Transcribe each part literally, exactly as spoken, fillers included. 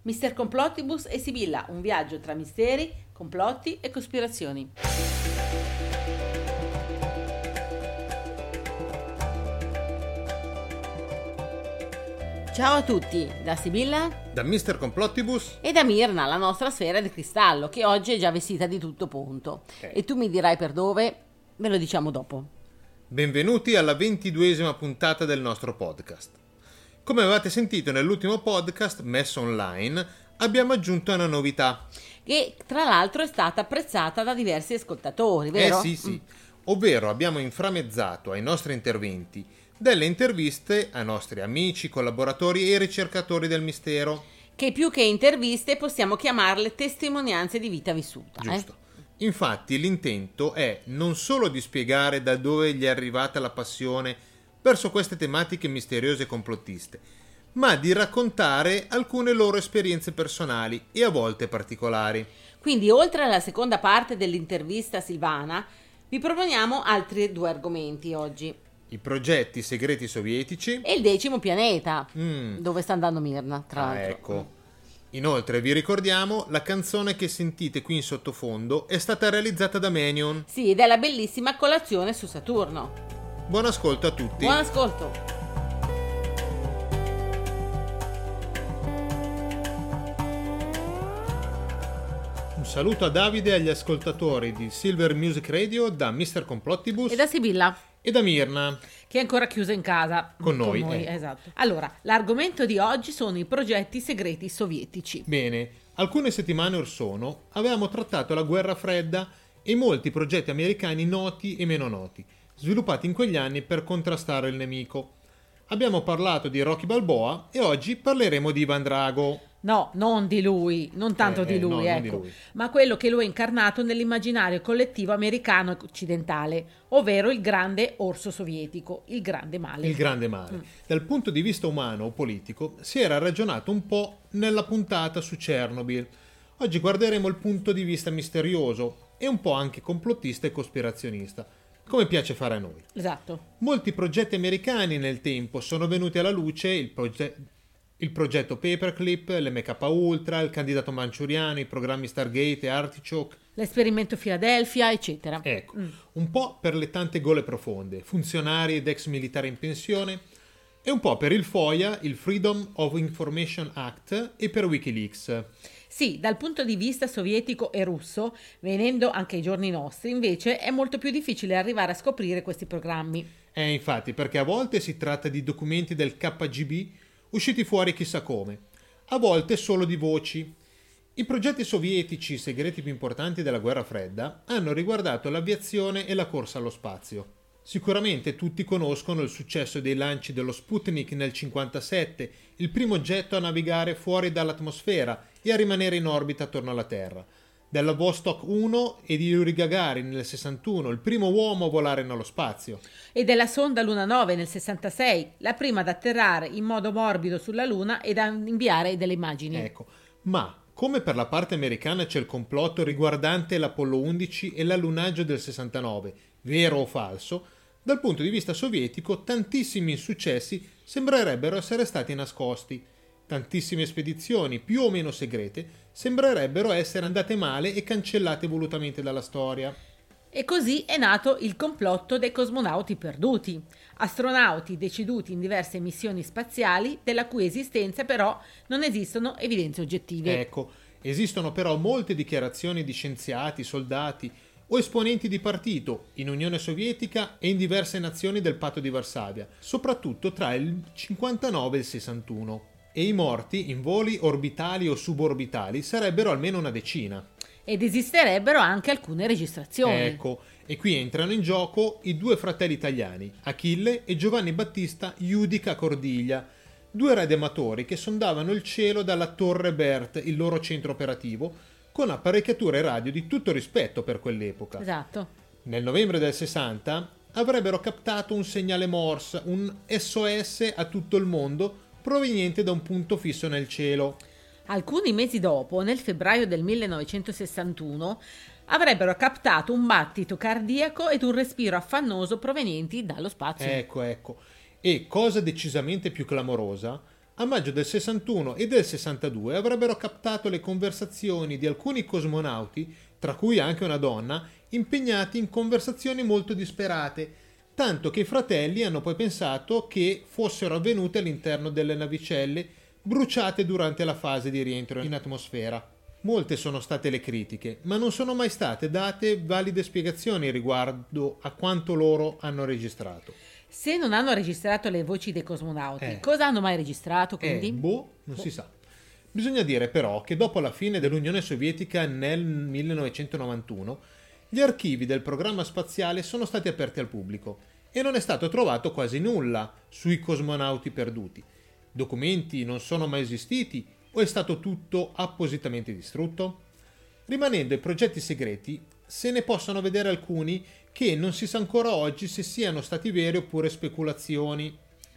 mister Complottibus e Sibilla, un viaggio tra misteri, complotti e cospirazioni. Ciao a tutti, da Sibilla, da mister Complottibus e da Mirna, la nostra sfera di cristallo, che oggi è già vestita di tutto punto. Okay. E tu mi dirai per dove? Ve lo diciamo dopo. Benvenuti alla ventiduesima puntata del nostro podcast. Come avete sentito nell'ultimo podcast messo online, abbiamo aggiunto una novità. Che tra l'altro è stata apprezzata da diversi ascoltatori, vero? Eh sì, sì. Mm. Ovvero abbiamo inframmezzato ai nostri interventi delle interviste ai nostri amici, collaboratori e ricercatori del mistero. Che più che interviste possiamo chiamarle testimonianze di vita vissuta. Giusto. Eh? Infatti l'intento è non solo di spiegare da dove gli è arrivata la passione verso queste tematiche misteriose e complottiste, ma di raccontare alcune loro esperienze personali e a volte particolari. Quindi, oltre alla seconda parte dell'intervista a Silvana, vi proponiamo altri due argomenti oggi. I progetti segreti sovietici e il decimo pianeta, mm. dove sta andando Mirna, tra ah, l'altro. Ecco. Inoltre vi ricordiamo la canzone che sentite qui in sottofondo è stata realizzata da Menion. Sì, ed è la bellissima Colazione su Saturno. Buon ascolto a tutti. Buon ascolto. Un saluto a Davide e agli ascoltatori di Silver Music Radio da mister Complottibus e da Sibilla e da Mirna, che è ancora chiusa in casa con noi, con noi eh. esatto. Allora, l'argomento di oggi sono i progetti segreti sovietici. Bene, alcune settimane or sono avevamo trattato la guerra fredda e molti progetti americani noti e meno noti, sviluppati in quegli anni per contrastare il nemico. Abbiamo parlato di Rocky Balboa e oggi parleremo di Ivan Drago. No, non di lui, non tanto eh, di lui, no, ecco, di lui. Ma quello che lui ha incarnato nell'immaginario collettivo americano e occidentale, ovvero il grande orso sovietico, il grande male. Il grande male. Mm. Dal punto di vista umano o politico si era ragionato un po' nella puntata su Chernobyl. Oggi guarderemo il punto di vista misterioso e un po' anche complottista e cospirazionista, come piace fare a noi. Esatto. Molti progetti americani nel tempo sono venuti alla luce, il progetto Il progetto Paperclip, l'M K Ultra, il candidato manciuriano, i programmi Stargate e Artichoke, l'esperimento Philadelphia, eccetera. Ecco, mm. un po' per le tante gole profonde, funzionari ed ex militari in pensione, e un po' per il FOIA, il Freedom of Information Act, e per Wikileaks. Sì, dal punto di vista sovietico e russo, venendo anche ai giorni nostri, invece è molto più difficile arrivare a scoprire questi programmi. Eh, infatti, perché a volte si tratta di documenti del K G B usciti fuori chissà come, a volte solo di voci. I progetti sovietici segreti più importanti della guerra fredda hanno riguardato l'aviazione e la corsa allo spazio. Sicuramente tutti conoscono il successo dei lanci dello Sputnik nel cinquantasette, il primo oggetto a navigare fuori dall'atmosfera e a rimanere in orbita attorno alla Terra, della Vostok uno e di Yuri Gagarin nel sessantuno, il primo uomo a volare nello spazio. E della sonda Luna nove nel sessantasei, la prima ad atterrare in modo morbido sulla Luna ed a inviare delle immagini. Ecco, ma come per la parte americana c'è il complotto riguardante l'Apollo undici e l'allunaggio del sessantanove, vero o falso, dal punto di vista sovietico tantissimi insuccessi sembrerebbero essere stati nascosti. Tantissime spedizioni, più o meno segrete, sembrerebbero essere andate male e cancellate volutamente dalla storia. E così è nato il complotto dei cosmonauti perduti, astronauti deceduti in diverse missioni spaziali della cui esistenza però non esistono evidenze oggettive. Ecco, esistono però molte dichiarazioni di scienziati, soldati o esponenti di partito in Unione Sovietica e in diverse nazioni del Patto di Varsavia, soprattutto tra il cinquantanove e il sessantuno. E i morti in voli orbitali o suborbitali sarebbero almeno una decina. Ed esisterebbero anche alcune registrazioni. Ecco, e qui entrano in gioco i due fratelli italiani, Achille e Giovanni Battista Judica Cordiglia, due radioamatori che sondavano il cielo dalla Torre Bert, il loro centro operativo, con apparecchiature radio di tutto rispetto per quell'epoca. Esatto. Nel novembre del sessanta avrebbero captato un segnale Morse, un S O S a tutto il mondo, proveniente da un punto fisso nel cielo. Alcuni mesi dopo, nel febbraio del millenovecentosessantuno, avrebbero captato un battito cardiaco ed un respiro affannoso provenienti dallo spazio. Ecco, ecco. E, cosa decisamente più clamorosa, a maggio del sessantuno e del sessantadue avrebbero captato le conversazioni di alcuni cosmonauti, tra cui anche una donna, impegnati in conversazioni molto disperate, tanto che i fratelli hanno poi pensato che fossero avvenute all'interno delle navicelle bruciate durante la fase di rientro in atmosfera. Molte sono state le critiche, ma non sono mai state date valide spiegazioni riguardo a quanto loro hanno registrato. Se non hanno registrato le voci dei cosmonauti, Eh. cosa hanno mai registrato quindi? Eh, boh, non si sa. Bisogna dire però che dopo la fine dell'Unione Sovietica nel millenovecentonovantuno, gli archivi del programma spaziale sono stati aperti al pubblico e non è stato trovato quasi nulla sui cosmonauti perduti. Documenti non sono mai esistiti o è stato tutto appositamente distrutto? Rimanendo ai progetti segreti, se ne possono vedere alcuni che non si sa ancora oggi se siano stati veri oppure speculazioni.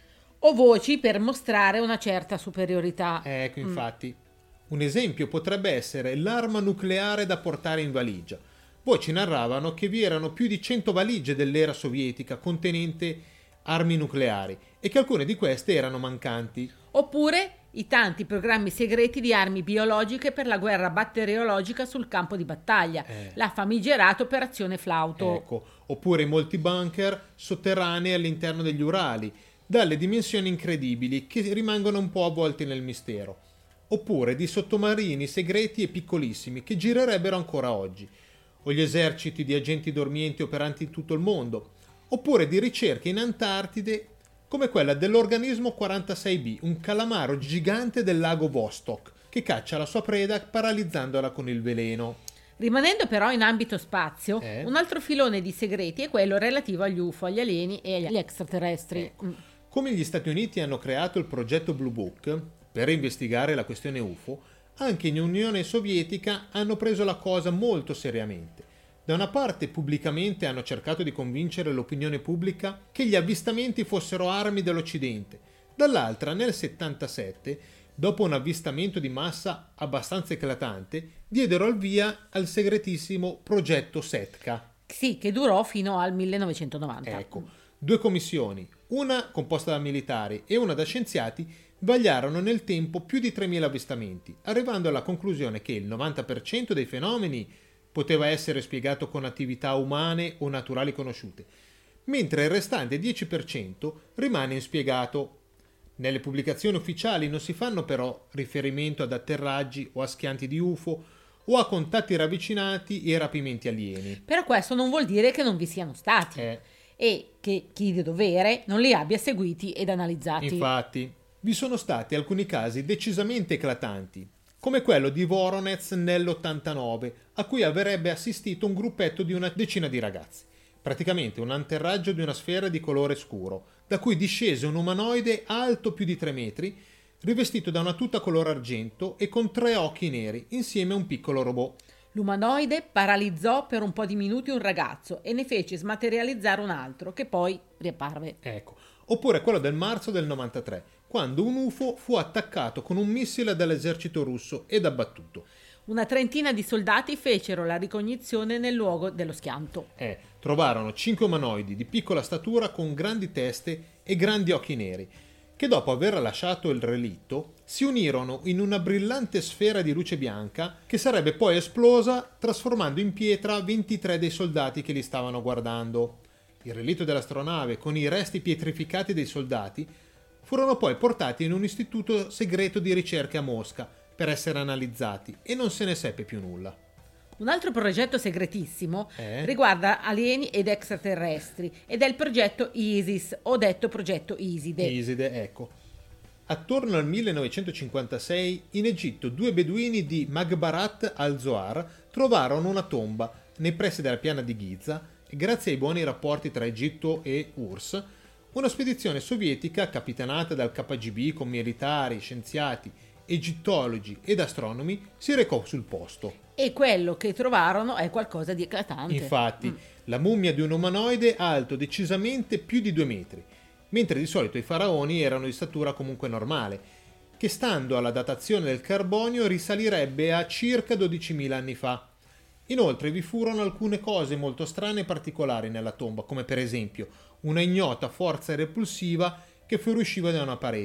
O voci per mostrare una certa superiorità. Ecco, infatti. Un esempio potrebbe essere l'arma nucleare da portare in valigia. Voci narravano che vi erano più di cento valigie dell'era sovietica contenente armi nucleari e che alcune di queste erano mancanti. Oppure i tanti programmi segreti di armi biologiche per la guerra batteriologica sul campo di battaglia, Eh. la famigerata operazione Flauto. Ecco, oppure i molti bunker sotterranei all'interno degli Urali, dalle dimensioni incredibili che rimangono un po' avvolti nel mistero. Oppure di sottomarini segreti e piccolissimi che girerebbero ancora oggi, o gli eserciti di agenti dormienti operanti in tutto il mondo, oppure di ricerche in Antartide come quella dell'organismo quarantasei B, un calamaro gigante del lago Vostok, che caccia la sua preda paralizzandola con il veleno. Rimanendo però in ambito spazio, Eh? un altro filone di segreti è quello relativo agli U F O, agli alieni e agli extraterrestri. Ecco. Mm. Come gli Stati Uniti hanno creato il progetto Blue Book per investigare la questione U F O, anche in Unione Sovietica hanno preso la cosa molto seriamente. Da una parte pubblicamente hanno cercato di convincere l'opinione pubblica che gli avvistamenti fossero armi dell'Occidente, dall'altra nel settantasette, dopo un avvistamento di massa abbastanza eclatante, diedero il via al segretissimo progetto Setka. Sì, che durò fino al millenovecentonovanta. Ecco, due commissioni, una composta da militari e una da scienziati, vagliarono nel tempo più di tremila avvistamenti, arrivando alla conclusione che il novanta per cento dei fenomeni poteva essere spiegato con attività umane o naturali conosciute, mentre il restante dieci per cento rimane inspiegato. Nelle pubblicazioni ufficiali non si fanno però riferimento ad atterraggi o a schianti di U F O o a contatti ravvicinati e rapimenti alieni. Però questo non vuol dire che non vi siano stati Eh, e che chi di dovere non li abbia seguiti ed analizzati. infatti, vi sono stati alcuni casi decisamente eclatanti, come quello di Voronezh nell'ottantanove, a cui avrebbe assistito un gruppetto di una decina di ragazzi. Praticamente un atterraggio di una sfera di colore scuro, da cui discese un umanoide alto più di tre metri, rivestito da una tuta color argento e con tre occhi neri, insieme a un piccolo robot. L'umanoide paralizzò per un po' di minuti un ragazzo e ne fece smaterializzare un altro, che poi riapparve. Ecco. Oppure quello del marzo del novantatré, quando un U F O fu attaccato con un missile dall'esercito russo ed abbattuto. Una trentina di soldati fecero la ricognizione nel luogo dello schianto. Eh, trovarono cinque umanoidi di piccola statura con grandi teste e grandi occhi neri, che dopo aver lasciato il relitto si unirono in una brillante sfera di luce bianca che sarebbe poi esplosa trasformando in pietra ventitré dei soldati che li stavano guardando. Il relitto dell'astronave con i resti pietrificati dei soldati furono poi portati in un istituto segreto di ricerche a Mosca per essere analizzati e non se ne seppe più nulla. Un altro progetto segretissimo Eh? riguarda alieni ed extraterrestri ed è il progetto ISIS, o detto progetto Iside. Iside, ecco. Attorno al millenovecentocinquantasei in Egitto due beduini di Magbarat al-Zohar trovarono una tomba nei pressi della piana di Giza e grazie ai buoni rapporti tra Egitto e U R S S, una spedizione sovietica capitanata dal K G B con militari, scienziati, egittologi ed astronomi si recò sul posto. E quello che trovarono è qualcosa di eclatante. Infatti, Mm. la mummia di un umanoide alto decisamente più di due metri, mentre di solito i faraoni erano di statura comunque normale, che stando alla datazione del carbonio risalirebbe a circa dodicimila anni fa. Inoltre vi furono alcune cose molto strane e particolari nella tomba, come per esempio una ignota forza repulsiva che fuoriusciva da una parete,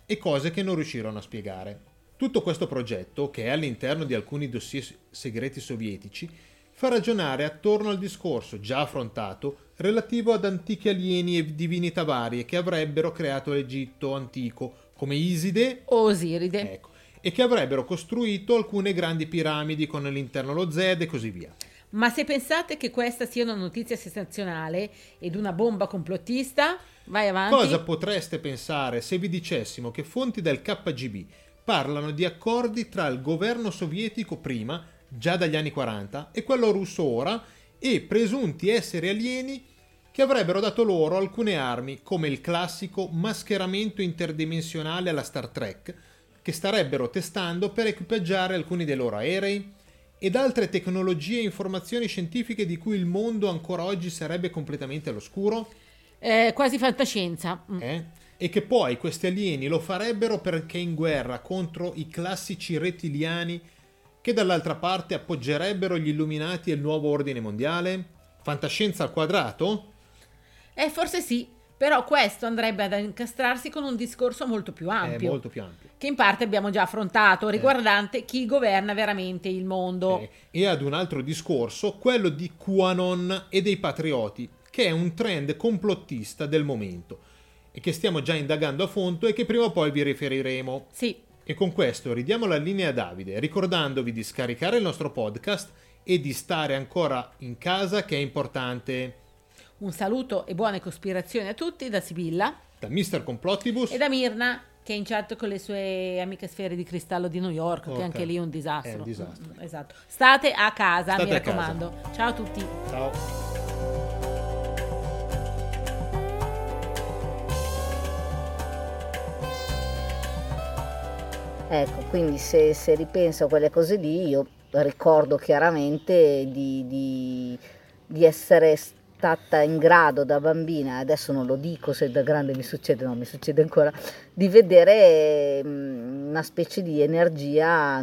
e cose che non riuscirono a spiegare. Tutto questo progetto, che è all'interno di alcuni dossier segreti sovietici, fa ragionare attorno al discorso già affrontato relativo ad antichi alieni e divinità varie che avrebbero creato l'Egitto antico, come Iside o Osiride, ecco, e che avrebbero costruito alcune grandi piramidi con all'interno lo Zed e così via. Ma se pensate che questa sia una notizia sensazionale ed una bomba complottista, vai avanti. Cosa potreste pensare se vi dicessimo che fonti del K G B parlano di accordi tra il governo sovietico prima, già dagli anni quaranta, e quello russo ora, e presunti esseri alieni che avrebbero dato loro alcune armi, come il classico mascheramento interdimensionale alla Star Trek, che starebbero testando per equipaggiare alcuni dei loro aerei, ed altre tecnologie e informazioni scientifiche di cui il mondo ancora oggi sarebbe completamente all'oscuro? Eh, quasi fantascienza. Mm. Eh? E che poi questi alieni lo farebbero perché in guerra contro i classici rettiliani che dall'altra parte appoggerebbero gli Illuminati e il nuovo ordine mondiale? Fantascienza al quadrato? Eh, forse sì, però questo andrebbe ad incastrarsi con un discorso molto più ampio. È molto più ampio. Che in parte abbiamo già affrontato, riguardante eh. chi governa veramente il mondo. Eh. E ad un altro discorso, quello di QAnon e dei patrioti, che è un trend complottista del momento e che stiamo già indagando a fondo e che prima o poi vi riferiremo. Sì. E con questo ridiamo la linea a Davide, ricordandovi di scaricare il nostro podcast e di stare ancora in casa, che è importante. Un saluto e buone cospirazioni a tutti da Sibilla, da mister Complottibus e da Mirna, che è in chat con le sue amiche sfere di cristallo di New York, okay. che anche lì è un disastro. È un disastro. Mm, esatto. State a casa, State mi a raccomando. casa. Ciao a tutti. Ciao. Ecco, quindi se, se ripenso a quelle cose lì, io ricordo chiaramente di, di, di essere stata in grado da bambina, adesso non lo dico se da grande mi succede, no, mi succede ancora, di vedere una specie di energia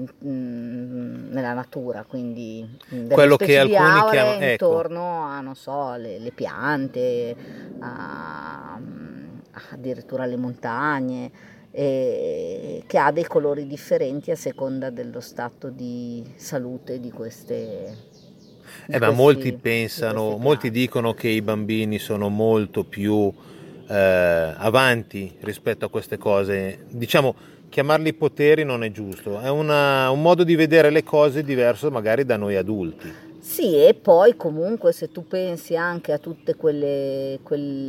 nella natura, quindi delle quello specie che di alcuni aure chiamano, ecco, intorno a, non so, le, le piante, a, addirittura le montagne, e che ha dei colori differenti a seconda dello stato di salute di queste di eh, ma questi, molti pensano, molti dicono che i bambini sono molto più eh, avanti rispetto a queste cose. Diciamo, chiamarli poteri non è giusto, è una, un modo di vedere le cose diverso magari da noi adulti. Sì, e poi comunque se tu pensi anche a tutte quelle,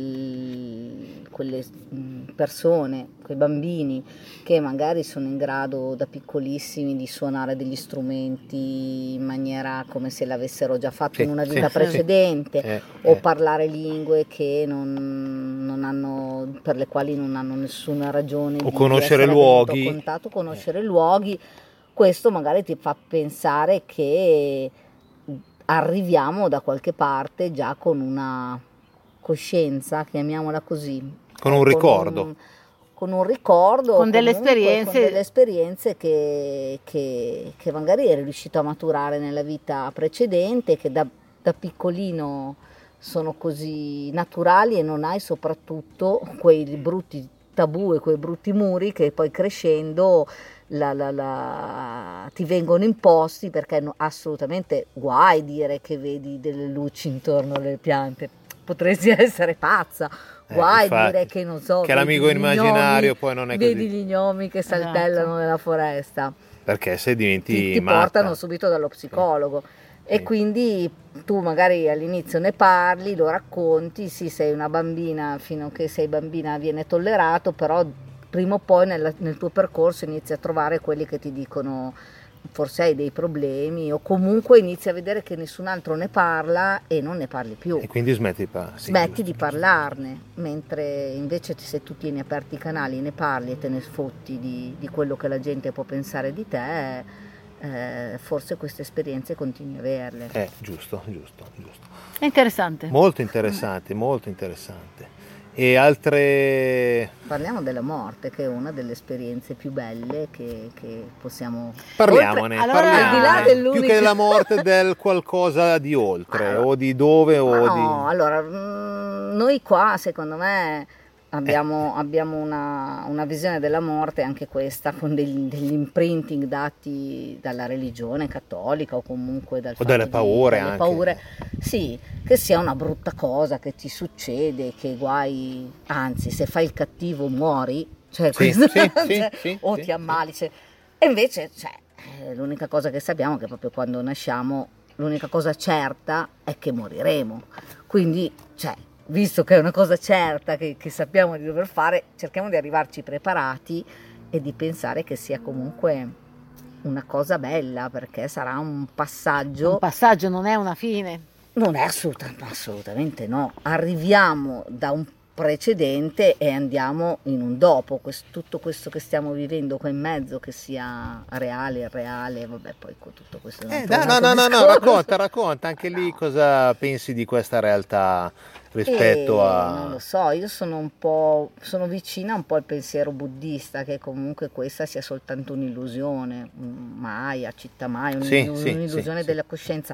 quel, quelle persone, quei bambini che magari sono in grado da piccolissimi di suonare degli strumenti in maniera come se l'avessero già fatto sì, in una vita sì, precedente, sì. Eh, o eh. parlare lingue che non, non hanno, per le quali non hanno nessuna ragione o di conoscere essere luoghi, contatto, conoscere eh. luoghi. Questo magari ti fa pensare che arriviamo da qualche parte già con una coscienza, chiamiamola così, con un ricordo, con un, con un ricordo, con delle esperienze, con delle esperienze che, che, che magari eri riuscito a maturare nella vita precedente, che da, da piccolino sono così naturali e non hai soprattutto quei brutti tabù e quei brutti muri che poi crescendo La, la, la, ti vengono imposti, perché no, assolutamente guai dire che vedi delle luci intorno alle piante, potresti essere pazza, guai eh, dire che non so, che l'amico immaginario gnomi, poi non è vedi così, gli gnomi che saltellano esatto. nella foresta, perché se diventi ti, ti matta. portano subito dallo psicologo. Sì. E quindi tu magari all'inizio ne parli, lo racconti, sì, sei una bambina, fino a che sei bambina viene tollerato, però prima o poi nel, nel tuo percorso inizi a trovare quelli che ti dicono forse hai dei problemi, o comunque inizi a vedere che nessun altro ne parla e non ne parli più. E quindi smetti, pa- sì, smetti giusto, di parlarne, mentre invece se tu tieni aperti i canali, ne parli e te ne sfotti di, di quello che la gente può pensare di te, eh, forse queste esperienze continui a averle. Eh, giusto, giusto, giusto. È interessante. Molto interessante, molto interessante. E altre... Parliamo della morte, che è una delle esperienze più belle che, che possiamo... Parliamone, oltre... allora, parliamone. Al di là dell'unico... Più che della morte, del qualcosa di oltre, allora, o di dove, o no, di... allora, mh, noi qua, secondo me, Abbiamo, abbiamo una, una visione della morte, anche questa, con degli, degli imprinting dati dalla religione cattolica o comunque dal o dalle di, paure dalle anche. paure, sì, che sia una brutta cosa, che ti succede, che guai, anzi se fai il cattivo muori, cioè, Sì, questo, sì, cioè, sì, o sì, ti ammali, cioè. E invece cioè, eh, l'unica cosa che sappiamo è che proprio quando nasciamo l'unica cosa certa è che moriremo, quindi cioè, visto che è una cosa certa che, che sappiamo di dover fare, cerchiamo di arrivarci preparati e di pensare che sia comunque una cosa bella, perché sarà un passaggio. Un passaggio, non è una fine. Non è assolutamente, assolutamente no. Arriviamo da un precedente e andiamo in un dopo. Questo, tutto questo che stiamo vivendo qua in mezzo, che sia reale, irreale, vabbè, poi con tutto questo. Eh, no, no, no, no, no, racconta, racconta anche lì no. Cosa pensi di questa realtà rispetto e, a... Non lo so, io sono un po', sono vicina un po' al pensiero buddista, che comunque questa sia soltanto un'illusione, Maya, Citta Maya, un, sì, un'illusione sì, della sì. coscienza.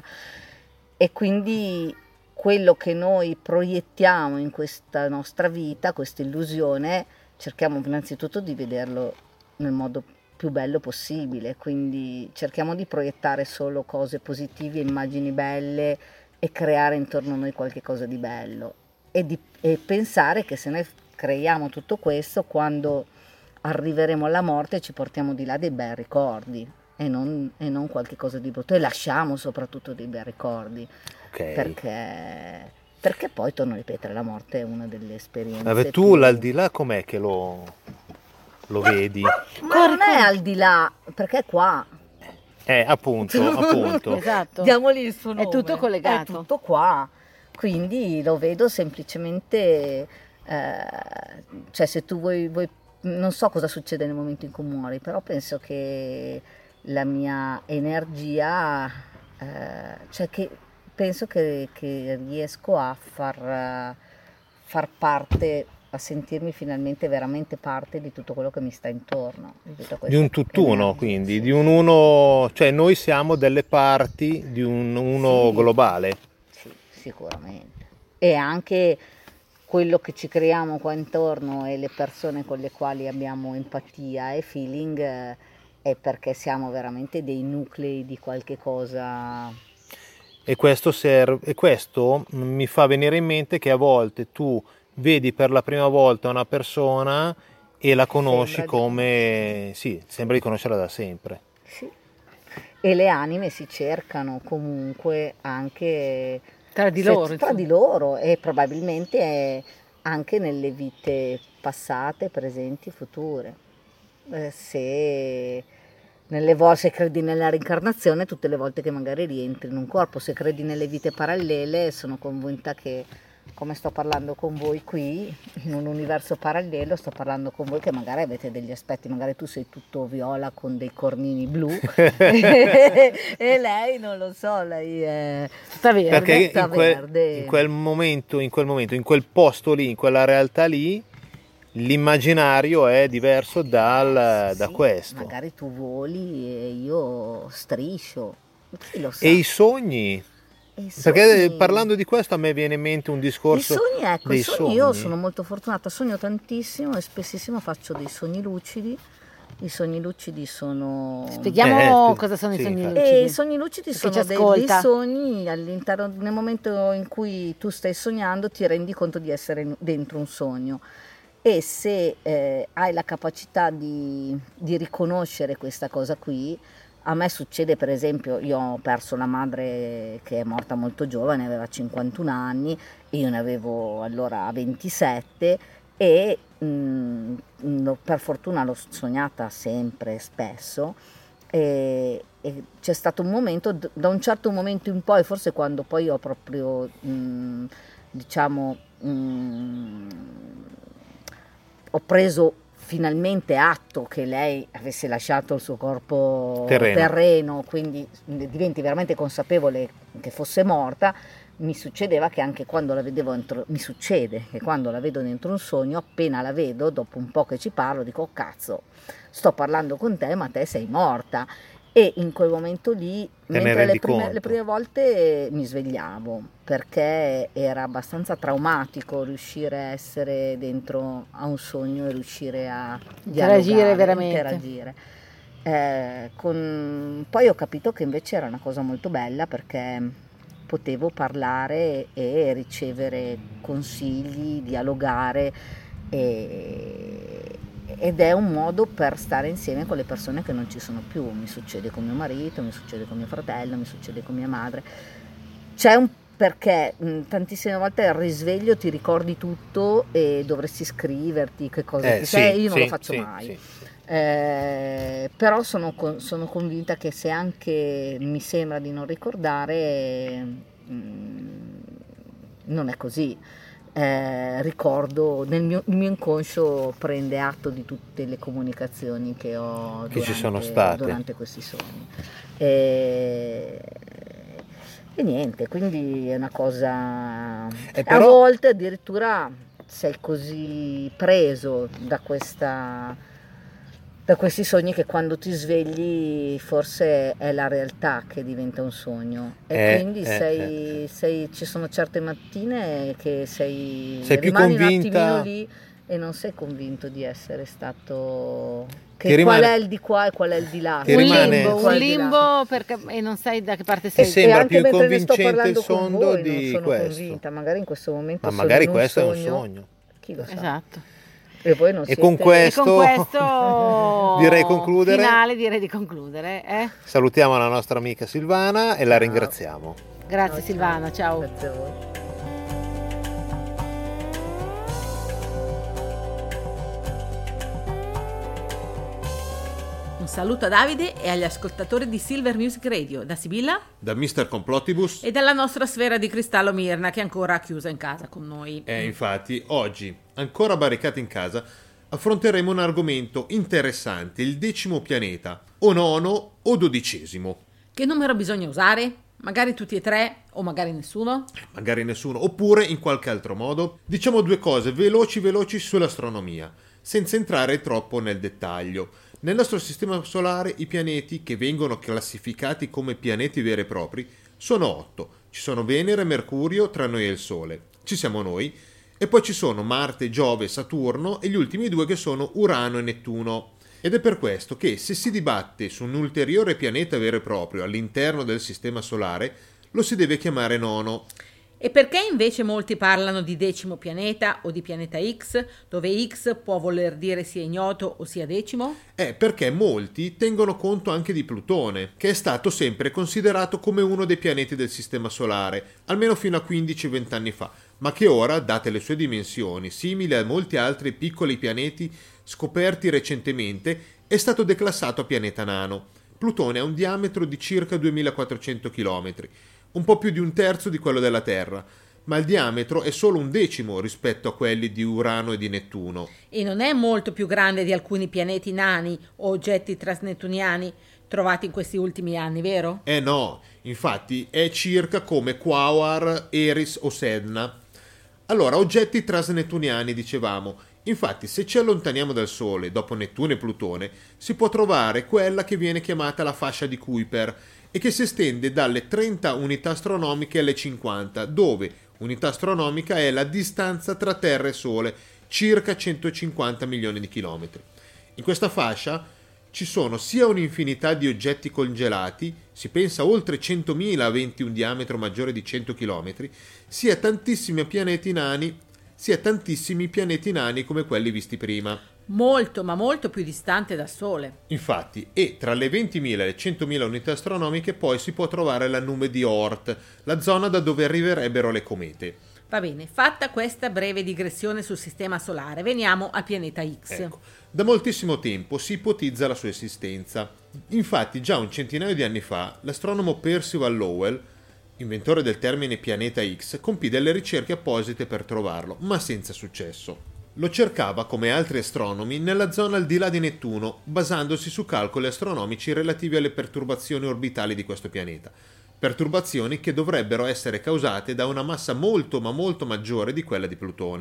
E quindi quello che noi proiettiamo in questa nostra vita, questa illusione, cerchiamo innanzitutto di vederlo nel modo più bello possibile, quindi cerchiamo di proiettare solo cose positive, immagini belle e creare intorno a noi qualche cosa di bello e, di, e pensare che se noi creiamo tutto questo, quando arriveremo alla morte ci portiamo di là dei bei ricordi e non, e non qualche cosa di brutto, e lasciamo soprattutto dei bei ricordi. Okay. Perché, perché poi, torno a ripetere, la morte è una delle esperienze. Vabbè, tu più... l'aldilà com'è che lo, lo vedi? Ma non è al di là, perché è qua. Eh, appunto, appunto. Esatto. Diamogli il suo nome. È tutto collegato. È tutto qua. Quindi lo vedo semplicemente, eh, cioè se tu vuoi, vuoi, non so cosa succede nel momento in cui muori, però penso che la mia energia, eh, cioè che penso che, che riesco a far, far parte, a sentirmi finalmente veramente parte di tutto quello che mi sta intorno. Di, di un tutt'uno, energia, quindi, sì. Di un uno, cioè noi siamo delle parti di un uno sì, globale. Sì, sicuramente. E anche quello che ci creiamo qua intorno e le persone con le quali abbiamo empatia e feeling eh, è perché siamo veramente dei nuclei di qualche cosa. E questo, serve, e questo mi fa venire in mente che a volte tu vedi per la prima volta una persona e la conosci sembra come... Di... sì, sembra di conoscerla da sempre. Sì. E le anime si cercano comunque anche tra di loro, tra di loro e probabilmente anche nelle vite passate, presenti, future. Eh, se... Nelle volte, se credi nella reincarnazione, tutte le volte che magari rientri in un corpo, se credi nelle vite parallele, sono convinta che, come sto parlando con voi qui, in un universo parallelo, sto parlando con voi che magari avete degli aspetti, magari tu sei tutto viola con dei cornini blu e, e lei, non lo so, lei è tutta verde. Perché tutta in, quel, verde. in quel momento, in quel momento, in quel posto lì, in quella realtà lì, l'immaginario è diverso dal, sì, da questo. Magari tu voli e io striscio. Chi lo sa? E i sogni? E i Perché sogni... parlando di questo a me viene in mente un discorso. I sogni, ecco, dei i sogni, sogni. Io sono molto fortunata, sogno tantissimo e spessissimo faccio dei sogni lucidi. I sogni lucidi sono... Spieghiamo eh, cosa sono sì, i sogni infatti. lucidi. E i sogni lucidi Perché sono dei, dei sogni all'interno, nel momento in cui tu stai sognando ti rendi conto di essere dentro un sogno. E se eh, hai la capacità di, di riconoscere questa cosa qui, a me succede, per esempio, io ho perso la madre che è morta molto giovane, aveva cinquantuno anni, e io ne avevo allora ventisette e mh, per fortuna l'ho sognata sempre, spesso, e, e c'è stato un momento, da un certo momento in poi, forse quando poi ho proprio, mh, diciamo, mh, ho preso finalmente atto che lei avesse lasciato il suo corpo terreno, terreno quindi diventi veramente consapevole che fosse morta. Mi succedeva che anche quando la vedevo dentro, mi succede che quando la vedo dentro un sogno, appena la vedo, dopo un po' che ci parlo, dico: oh cazzo, sto parlando con te ma te sei morta. E in quel momento lì, Te ne mentre le rendi prime, conto? le prime volte mi svegliavo, perché era abbastanza traumatico riuscire a essere dentro a un sogno e riuscire a Interagire dialogare, veramente. interagire. Eh, con- Poi ho capito che invece era una cosa molto bella, perché potevo parlare e ricevere consigli, dialogare, e- ed è un modo per stare insieme con le persone che non ci sono più. Mi succede con mio marito, mi succede con mio fratello, mi succede con mia madre. C'è un perché mh, tantissime volte al risveglio ti ricordi tutto e dovresti scriverti che cosa Eh, ti sì, sei, io non sì, lo faccio sì, mai. sì. Eh, però sono, con- sono convinta che se anche mi sembra di non ricordare, mh, non è così. Eh, ricordo, nel mio, il mio inconscio prende atto di tutte le comunicazioni che ho Che ci durante, sono state. durante questi sogni. E, e niente, quindi è una cosa... E A però- volte addirittura sei così preso da questa... da questi sogni che quando ti svegli forse è la realtà che diventa un sogno, e Eh, quindi eh, sei, eh. sei- ci sono certe mattine che sei, Sei più rimani convinta- un attimino lì e non sei convinto di essere stato, che Ti rimane- qual è il di qua e qual è il di là. Ti Un rimane- limbo, Qual un è il di là. limbo perché, e non sai da che parte E sei. se- sembra e anche più mentre ne sto convincente parlando il con sonno voi, di non sono questo. convinta, magari in questo momento Ma sono magari in un questo sogno, è un sogno. chi lo sa. Esatto. E voi non E siete... con questo, E con questo direi concludere. finale direi di concludere. eh? Salutiamo la nostra amica Silvana e la Ciao. ringraziamo. Grazie Ciao, Silvana, ciao. Grazie a voi. Un saluto a Davide e agli ascoltatori di Silver Music Radio, da Sibilla Da mister Complottibus. e dalla nostra sfera di cristallo Mirna, che è ancora chiusa in casa con noi. E infatti, oggi, ancora barricati in casa, affronteremo un argomento interessante, il decimo pianeta, o nono o dodicesimo. Che numero bisogna usare? Magari tutti e tre o magari nessuno? Magari nessuno, oppure in qualche altro modo. Diciamo due cose veloci veloci sull'astronomia, senza entrare troppo nel dettaglio. Nel nostro sistema solare i pianeti, che vengono classificati come pianeti veri e propri, sono otto. Ci sono Venere, Mercurio, tra noi e il Sole. Ci siamo noi. E poi ci sono Marte, Giove, Saturno e gli ultimi due che sono Urano e Nettuno. Ed è per questo che se si dibatte su un ulteriore pianeta vero e proprio all'interno del sistema solare, lo si deve chiamare nono. E perché invece molti parlano di decimo pianeta o di pianeta X, dove X può voler dire sia ignoto o sia decimo? È perché molti tengono conto anche di Plutone, che è stato sempre considerato come uno dei pianeti del sistema solare, almeno fino a quindici venti anni fa, ma che ora, date le sue dimensioni, simili a molti altri piccoli pianeti scoperti recentemente, è stato declassato a pianeta nano. Plutone ha un diametro di circa duemilaquattrocento chilometri, un po' più di un terzo di quello della Terra, ma il diametro è solo un decimo rispetto a quelli di Urano e di Nettuno. E non è molto più grande di alcuni pianeti nani o oggetti trasnettuniani trovati in questi ultimi anni, vero? Eh no, infatti è circa come Quaoar, Eris o Sedna. Allora, oggetti trasnettuniani dicevamo. Infatti, se ci allontaniamo dal Sole, dopo Nettuno e Plutone, si può trovare quella che viene chiamata la fascia di Kuiper e che si estende dalle trenta unità astronomiche alle cinquanta, dove unità astronomica è la distanza tra Terra e Sole, circa centocinquanta milioni di chilometri. In questa fascia ci sono sia un'infinità di oggetti congelati, si pensa oltre centomila aventi un diametro maggiore di cento chilometri, sia tantissimi pianeti nani, sia tantissimi pianeti nani come quelli visti prima. Molto, ma molto più distante dal Sole. Infatti, e tra le ventimila e le centomila unità astronomiche poi si può trovare la nube di Oort, la zona da dove arriverebbero le comete. Va bene, fatta questa breve digressione sul sistema solare, veniamo al pianeta X. Ecco, da moltissimo tempo si ipotizza la sua esistenza. Infatti, già un centinaio di anni fa, l'astronomo Percival Lowell, inventore del termine pianeta X, compì delle ricerche apposite per trovarlo, ma senza successo. Lo cercava, come altri astronomi, nella zona al di là di Nettuno, basandosi su calcoli astronomici relativi alle perturbazioni orbitali di questo pianeta. Perturbazioni che dovrebbero essere causate da una massa molto ma molto maggiore di quella di Plutone.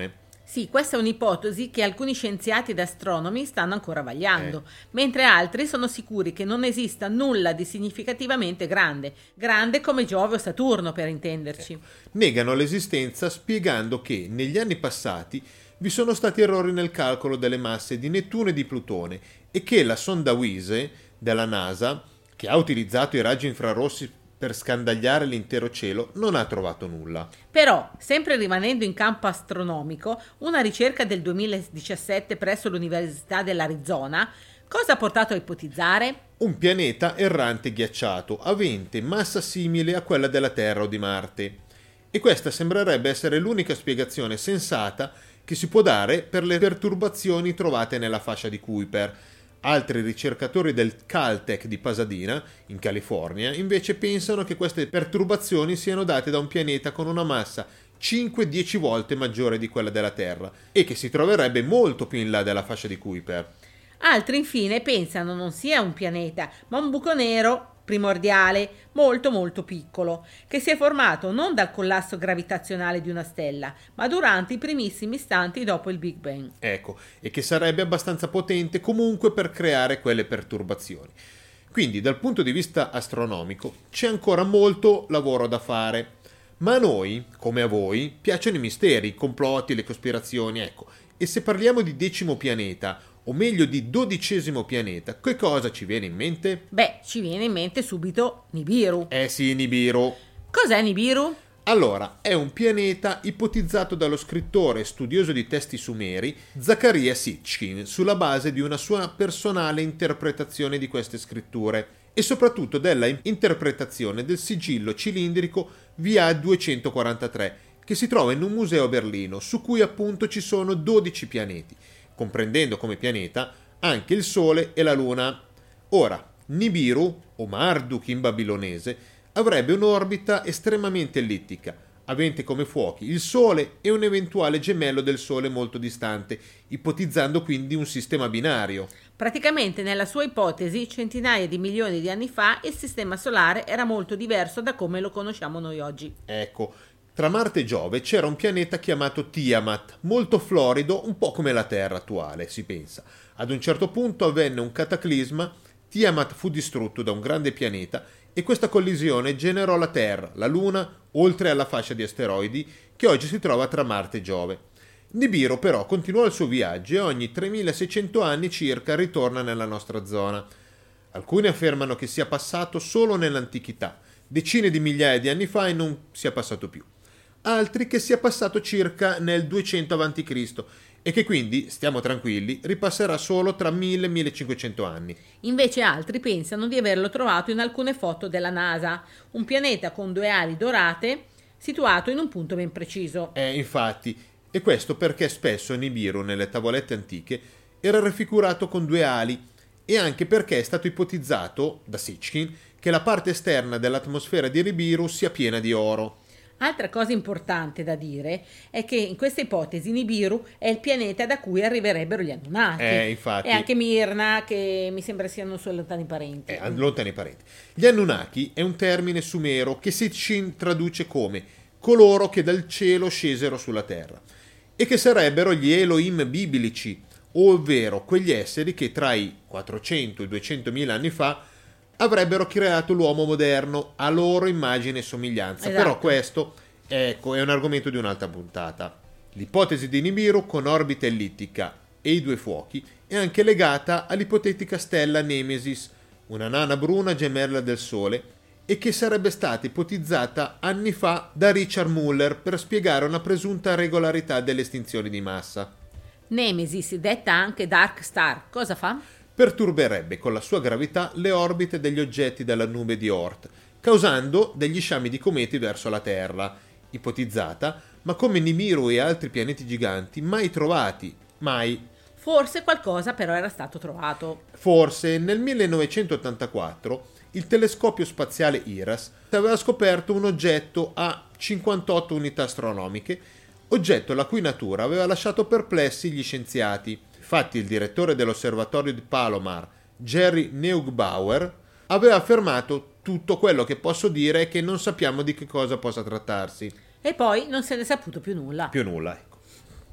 Sì, questa è un'ipotesi che alcuni scienziati ed astronomi stanno ancora vagliando, Eh. mentre altri sono sicuri che non esista nulla di significativamente grande, grande come Giove o Saturno per intenderci. Negano l'esistenza spiegando che negli anni passati vi sono stati errori nel calcolo delle masse di Nettuno e di Plutone e che la sonda WISE della NASA, che ha utilizzato i raggi infrarossi per scandagliare l'intero cielo, non ha trovato nulla. Però, sempre rimanendo in campo astronomico, una ricerca del duemiladiciassette presso l'Università dell'Arizona cosa ha portato a ipotizzare? Un pianeta errante ghiacciato, avente massa simile a quella della Terra o di Marte. E questa sembrerebbe essere l'unica spiegazione sensata che si può dare per le perturbazioni trovate nella fascia di Kuiper. Altri ricercatori del Caltech di Pasadena, in California, invece pensano che queste perturbazioni siano date da un pianeta con una massa cinque dieci volte maggiore di quella della Terra e che si troverebbe molto più in là della fascia di Kuiper. Altri infine pensano non sia un pianeta, ma un buco nero primordiale, molto molto piccolo, che si è formato non dal collasso gravitazionale di una stella, ma durante i primissimi istanti dopo il Big Bang. Ecco, e che sarebbe abbastanza potente comunque per creare quelle perturbazioni. Quindi, dal punto di vista astronomico, c'è ancora molto lavoro da fare. Ma a noi, come a voi, piacciono i misteri, i complotti, le cospirazioni, ecco. E se parliamo di decimo pianeta, o meglio di dodicesimo pianeta, che cosa ci viene in mente? Beh, ci viene in mente subito Nibiru. Eh sì, Nibiru. Cos'è Nibiru? Allora, è un pianeta ipotizzato dallo scrittore e studioso di testi sumeri Zaccaria Sitchin sulla base di una sua personale interpretazione di queste scritture e soprattutto della interpretazione del sigillo cilindrico V A duecentoquarantatré che si trova in un museo a Berlino su cui appunto ci sono dodici pianeti, comprendendo come pianeta anche il Sole e la Luna. Ora, Nibiru, o Marduk in babilonese, avrebbe un'orbita estremamente ellittica, avente come fuochi il Sole e un eventuale gemello del Sole molto distante, ipotizzando quindi un sistema binario. Praticamente nella sua ipotesi, centinaia di milioni di anni fa, il sistema solare era molto diverso da come lo conosciamo noi oggi. Ecco, tra Marte e Giove c'era un pianeta chiamato Tiamat, molto florido, un po' come la Terra attuale, si pensa. Ad un certo punto avvenne un cataclisma, Tiamat fu distrutto da un grande pianeta e questa collisione generò la Terra, la Luna, oltre alla fascia di asteroidi che oggi si trova tra Marte e Giove. Nibiru però continuò il suo viaggio e ogni tremilaseicento anni circa ritorna nella nostra zona. Alcuni affermano che sia passato solo nell'antichità, decine di migliaia di anni fa e non sia passato più. Altri che sia passato circa nel duecento avanti Cristo e che quindi, stiamo tranquilli, ripasserà solo tra mille e millecinquecento anni. Invece altri pensano di averlo trovato in alcune foto della NASA, un pianeta con due ali dorate situato in un punto ben preciso. Eh, infatti, e questo perché spesso Nibiru nelle tavolette antiche era raffigurato con due ali e anche perché è stato ipotizzato da Sitchin che la parte esterna dell'atmosfera di Nibiru sia piena di oro. Altra cosa importante da dire è che in questa ipotesi Nibiru è il pianeta da cui arriverebbero gli Anunnaki. Eh, infatti. E anche Mirna, che mi sembra siano suoi lontani parenti. Eh, lontani parenti. Gli Anunnaki è un termine sumero che Sitchin traduce come coloro che dal cielo scesero sulla terra e che sarebbero gli Elohim biblici, ovvero quegli esseri che tra i quattrocento e i duecentomila anni fa avrebbero creato l'uomo moderno a loro immagine e somiglianza. Esatto. Però questo, ecco, è un argomento di un'altra puntata. L'ipotesi di Nibiru con orbita ellittica e i due fuochi è anche legata all'ipotetica stella Nemesis, una nana bruna gemella del Sole, e che sarebbe stata ipotizzata anni fa da Richard Muller per spiegare una presunta regolarità delle estinzioni di massa. Nemesis, detta anche Dark Star, cosa fa? Perturberebbe con la sua gravità le orbite degli oggetti della nube di Oort, causando degli sciami di cometi verso la Terra, ipotizzata, ma come Nibiru e altri pianeti giganti mai trovati, mai. Forse qualcosa però era stato trovato. Forse nel millenovecentottantaquattro il telescopio spaziale IRAS aveva scoperto un oggetto a cinquantotto unità astronomiche, oggetto la cui natura aveva lasciato perplessi gli scienziati. Infatti il direttore dell'osservatorio di Palomar, Jerry Neugebauer, aveva affermato: tutto quello che posso dire è che non sappiamo di che cosa possa trattarsi. E poi non se ne è saputo più nulla. Più nulla, ecco.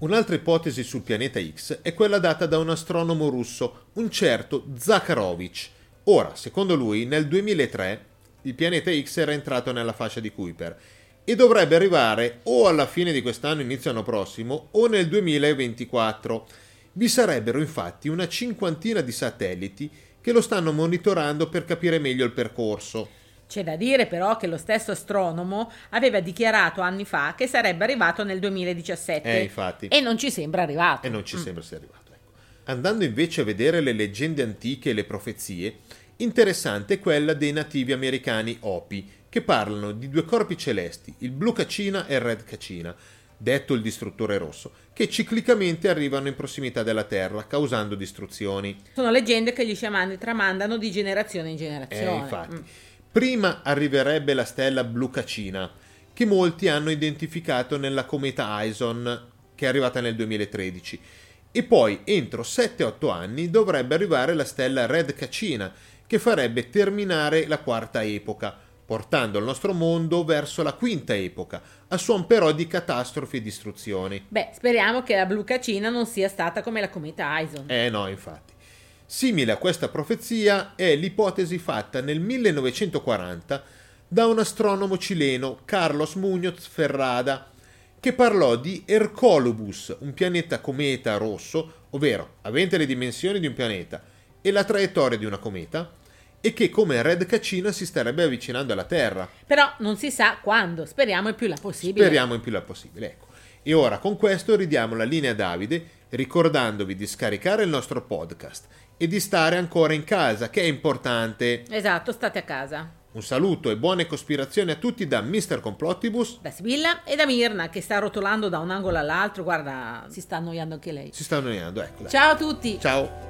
Un'altra ipotesi sul pianeta X è quella data da un astronomo russo, un certo Zakharovich. Ora, secondo lui, nel duemilatré il pianeta X era entrato nella fascia di Kuiper e dovrebbe arrivare o alla fine di quest'anno, inizio anno prossimo, o nel duemilaventiquattro. Vi sarebbero infatti una cinquantina di satelliti che lo stanno monitorando per capire meglio il percorso. C'è da dire però che lo stesso astronomo aveva dichiarato anni fa che sarebbe arrivato nel duemiladiciassette Eh, infatti. e non ci sembra arrivato. E non ci sembra sia arrivato. Ecco. Andando invece a vedere le leggende antiche e le profezie, interessante è quella dei nativi americani Hopi, che parlano di due corpi celesti, il blu Cacina e il red Cacina, detto il distruttore rosso, che ciclicamente arrivano in prossimità della Terra, causando distruzioni. Sono leggende che gli sciamani tramandano di generazione in Eh, generazione. infatti. Mm. Prima arriverebbe la stella blu Cacina, che molti hanno identificato nella cometa Ison, che è arrivata nel duemilatredici, e poi entro sette otto anni dovrebbe arrivare la stella red Cacina, che farebbe terminare la quarta epoca, portando il nostro mondo verso la quinta epoca, a suon però di catastrofi e distruzioni. Beh, speriamo che la blu Cacina non sia stata come la cometa Ison. Eh no, infatti. Simile a questa profezia è l'ipotesi fatta nel millenovecentoquaranta da un astronomo cileno, Carlos Muñoz Ferrada, che parlò di Hercolubus, un pianeta cometa rosso, ovvero avente le dimensioni di un pianeta e la traiettoria di una cometa, e che come red Cacina si starebbe avvicinando alla Terra. Però non si sa quando, speriamo il più là possibile. Speriamo il più là possibile, ecco. E ora con questo ridiamo la linea a Davide, ricordandovi di scaricare il nostro podcast e di stare ancora in casa, che è importante. Esatto, state a casa. Un saluto e buone cospirazioni a tutti da mister Complottibus. Da Sibilla e da Mirna, che sta rotolando da un angolo all'altro. Guarda, si sta annoiando anche lei. Si sta annoiando, ecco. Dai. Ciao a tutti. Ciao.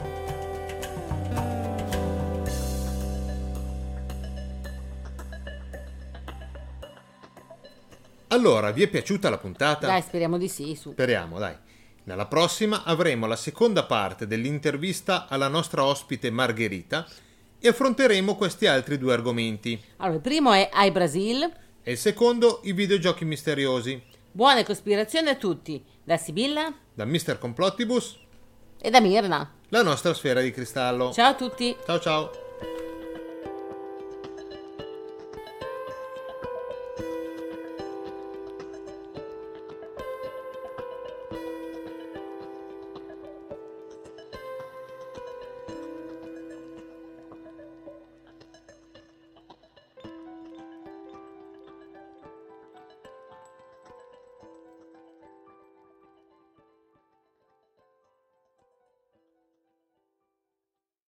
Allora, vi è piaciuta la puntata? Dai, speriamo di sì, su. Speriamo, dai. Nella prossima avremo la seconda parte dell'intervista alla nostra ospite Margherita e affronteremo questi altri due argomenti. Allora, il primo è Ai Brasil. E il secondo, i videogiochi misteriosi. Buone cospirazioni a tutti. Da Sibilla Da mister Complottibus, e da Mirna. la nostra sfera di cristallo. Ciao a tutti. Ciao ciao.